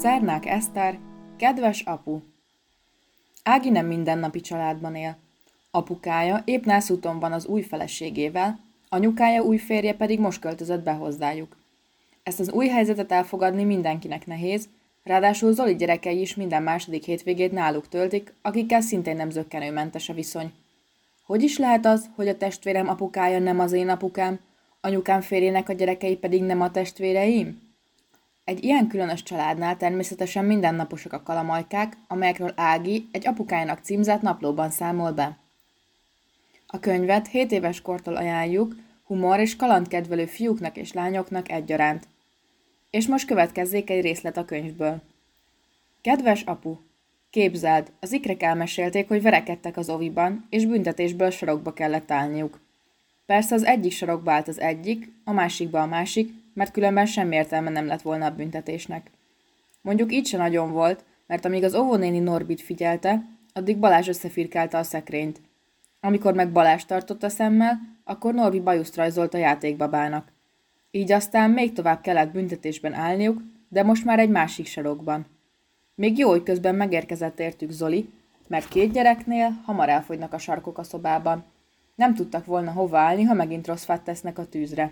Cernák Eszter, kedves apu! Ági nem mindennapi családban él. Apukája épp nászúton van az új feleségével, anyukája új férje pedig most költözött be hozzájuk. Ezt az új helyzetet elfogadni mindenkinek nehéz, ráadásul Zoli gyerekei is minden második hétvégét náluk töltik, akikkel szintén nem zökkenőmentes a viszony. Hogy is lehet az, hogy a testvérem apukája nem az én apukám, anyukám férjének a gyerekei pedig nem a testvéreim? Egy ilyen különös családnál természetesen mindennaposak a kalamajkák, amelyekről Ági egy apukájának címzett naplóban számol be. A könyvet 7 éves kortól ajánljuk humor és kalandkedvelő fiúknak és lányoknak egyaránt. És most következzék egy részlet a könyvből. Kedves apu! Képzeld, az ikrek elmesélték, hogy verekedtek az oviban, és büntetésből sarokba kellett állniuk. Persze az egyik sarokba állt az egyik, a másikba a másik, mert különben semmi értelme nem lett volna a büntetésnek. Mondjuk így se nagyon volt, mert amíg az óvónéni Norbit figyelte, addig Balázs összefirkálta a szekrényt. Amikor meg Balázs tartotta szemmel, akkor Norbi bajuszt rajzolt a játékbabának. Így aztán még tovább kellett büntetésben állniuk, de most már egy másik sarokban. Még jó, hogy közben megérkezett értük Zoli, mert 2 gyereknél hamar elfogynak a sarkok a szobában. Nem tudtak volna hova állni, ha megint rossz fát tesznek a tűzre.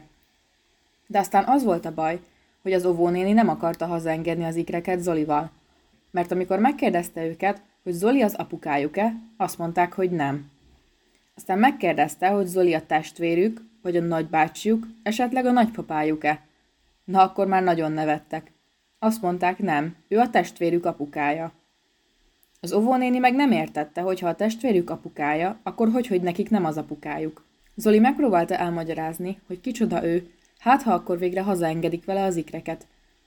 De aztán az volt a baj, hogy az óvónéni nem akarta hazaengedni az ikreket Zolival. Mert amikor megkérdezte őket, hogy Zoli az apukájuk-e, azt mondták, hogy nem. Aztán megkérdezte, hogy Zoli a testvérük, vagy a nagybácsiuk, esetleg a nagypapájuk-e. Na akkor már nagyon nevettek. Azt mondták, nem, ő a testvérük apukája. Az óvónéni meg nem értette, hogy ha a testvérük apukája, akkor hogy nekik nem az apukájuk. Zoli megpróbálta elmagyarázni, hogy kicsoda ő, hát ha akkor végre hazaengedik vele az ikreket.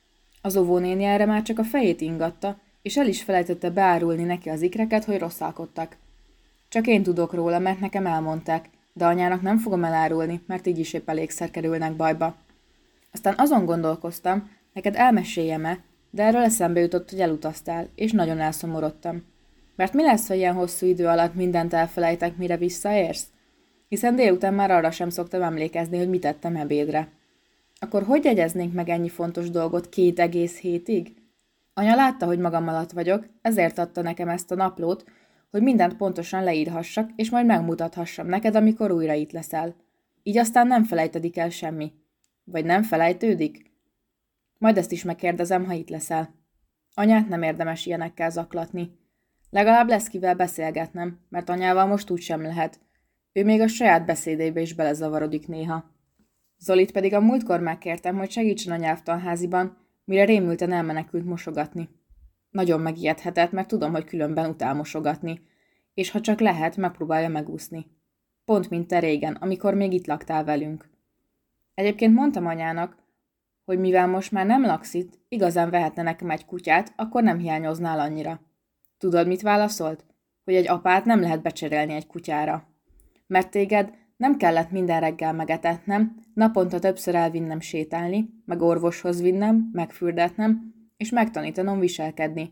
Az óvónéni erre már csak a fejét ingatta, és el is felejtette beárulni neki az ikreket, hogy rosszalkodtak. Csak én tudok róla, mert nekem elmondták, de anyának nem fogom elárulni, mert így is épp elégszer kerülnek bajba. Aztán azon gondolkoztam, neked elmeséljem-e, de erről eszembe jutott, hogy elutaztál, és nagyon elszomorodtam. Mert mi lesz, ha ilyen hosszú idő alatt mindent elfelejtek, mire visszaérsz? Hiszen délután már arra sem szoktam emlékezni, hogy mit tettem ebédre. Akkor hogy jegyeznénk meg ennyi fontos dolgot 2 egész hétig? Anya látta, hogy magam alatt vagyok, ezért adta nekem ezt a naplót, hogy mindent pontosan leírhassak, és majd megmutathassam neked, amikor újra itt leszel. Így aztán nem felejtedik el semmi. Vagy nem felejtődik? Majd ezt is megkérdezem, ha itt leszel. Anyát nem érdemes ilyenekkel zaklatni. Legalább lesz kivel beszélgetnem, mert anyával most úgy sem lehet. Ő még a saját beszédébe is belezavarodik néha. Zolit pedig a múltkor megkértem, hogy segítsen a nyelvtanháziban, mire rémülten elmenekült mosogatni. Nagyon megijedhetett, mert tudom, hogy különben utál mosogatni, és ha csak lehet, megpróbálja megúszni. Pont mint te régen, amikor még itt laktál velünk. Egyébként mondtam anyának, hogy mivel most már nem laksz itt, igazán vehetne nekem egy kutyát, akkor nem hiányoznál annyira. Tudod, mit válaszolt? Hogy egy apát nem lehet becserélni egy kutyára. Mert téged nem kellett minden reggel megetetnem, naponta többször elvinnem sétálni, meg orvoshoz vinnem, megfürdetnem, és megtanítanom viselkedni.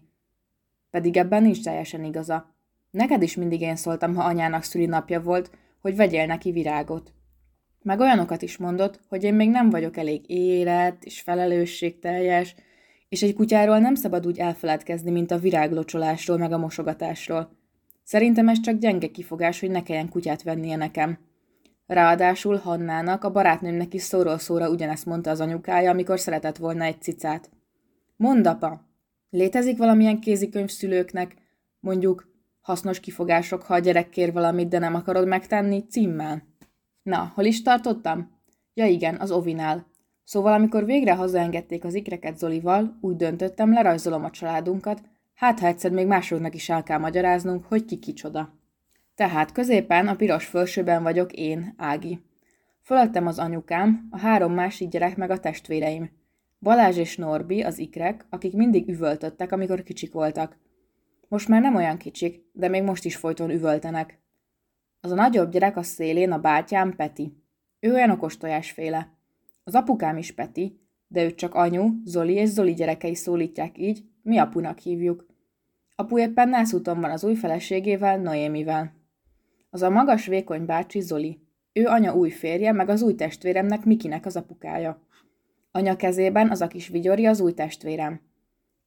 Pedig ebben nincs teljesen igaza. Neked is mindig én szóltam, ha anyának szülinapja volt, hogy vegyél neki virágot. Meg olyanokat is mondott, hogy én még nem vagyok elég érett és felelősségteljes, és egy kutyáról nem szabad úgy elfeledkezni, mint a viráglocsolásról meg a mosogatásról. Szerintem ez csak gyenge kifogás, hogy ne kelljen kutyát vennie nekem. Ráadásul Hannának, a barátnőmnek is szóról szóra ugyanezt mondta az anyukája, amikor szeretett volna egy cicát. Mondd, apa! Létezik valamilyen kézikönyv szülőknek, mondjuk hasznos kifogások, ha a gyerek kér valamit, de nem akarod megtenni, címmel? Na, hol is tartottam? Ja igen, az ovinál. Szóval amikor végre hazaengedték az ikreket Zolival, úgy döntöttem, lerajzolom a családunkat, hát ha egyszer még másoknak is el kell magyaráznunk, hogy ki kicsoda. Tehát középen a piros fölsőben vagyok én, Ági. Fölöttem az anyukám, a 3 másik gyerek meg a testvéreim. Balázs és Norbi, az ikrek, akik mindig üvöltöttek, amikor kicsik voltak. Most már nem olyan kicsik, de még most is folyton üvöltenek. Az a nagyobb gyerek a szélén a bátyám Peti. Ő olyan okostojásféle. Az apukám is Peti, de őt csak anyu, Zoli és Zoli gyerekei szólítják így, mi apunak hívjuk. Apu éppen nászúton van az új feleségével, Noémivel. Az a magas, vékony bácsi Zoli. Ő anya új férje, meg az új testvéremnek Mikinek az apukája. Anya kezében az a kis vigyorja az új testvérem.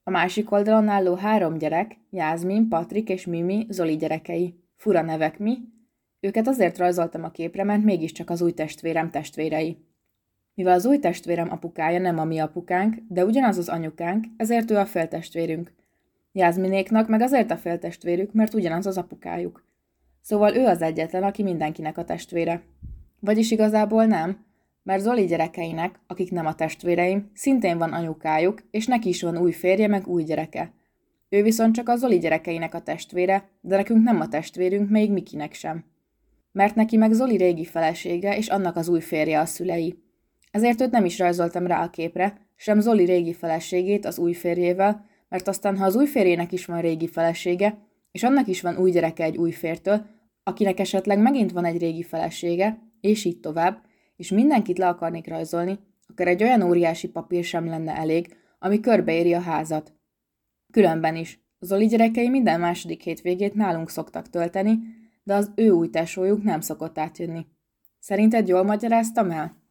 A másik oldalon álló 3 gyerek, Jászmin, Patrik és Mimi, Zoli gyerekei. Fura nevek, mi? Őket azért rajzoltam a képre, mert mégiscsak az új testvérem testvérei. Mivel az új testvérem apukája nem a mi apukánk, de ugyanaz az anyukánk, ezért ő a féltestvérünk. Jászminéknak meg azért a féltestvérük, mert ugyanaz az apukájuk. Szóval ő az egyetlen, aki mindenkinek a testvére. Vagyis igazából nem, mert Zoli gyerekeinek, akik nem a testvéreim, szintén van anyukájuk, és neki is van új férje, meg új gyereke. Ő viszont csak a Zoli gyerekeinek a testvére, de nekünk nem a testvérünk, még Mikinek sem. Mert neki meg Zoli régi felesége, és annak az új férje a szülei. Ezért őt nem is rajzoltam rá a képre, sem Zoli régi feleségét az új férjével, mert aztán, ha az új férjének is van régi felesége, és annak is van új gyereke egy új fértől, akinek esetleg megint van egy régi felesége, és így tovább, és mindenkit le akarnék rajzolni, akkor egy olyan óriási papír sem lenne elég, ami körbeéri a házat. Különben is, Zoli gyerekei minden második hétvégét nálunk szoktak tölteni, de az ő új tesójuk nem szokott átjönni. Szerinted jól magyaráztam el?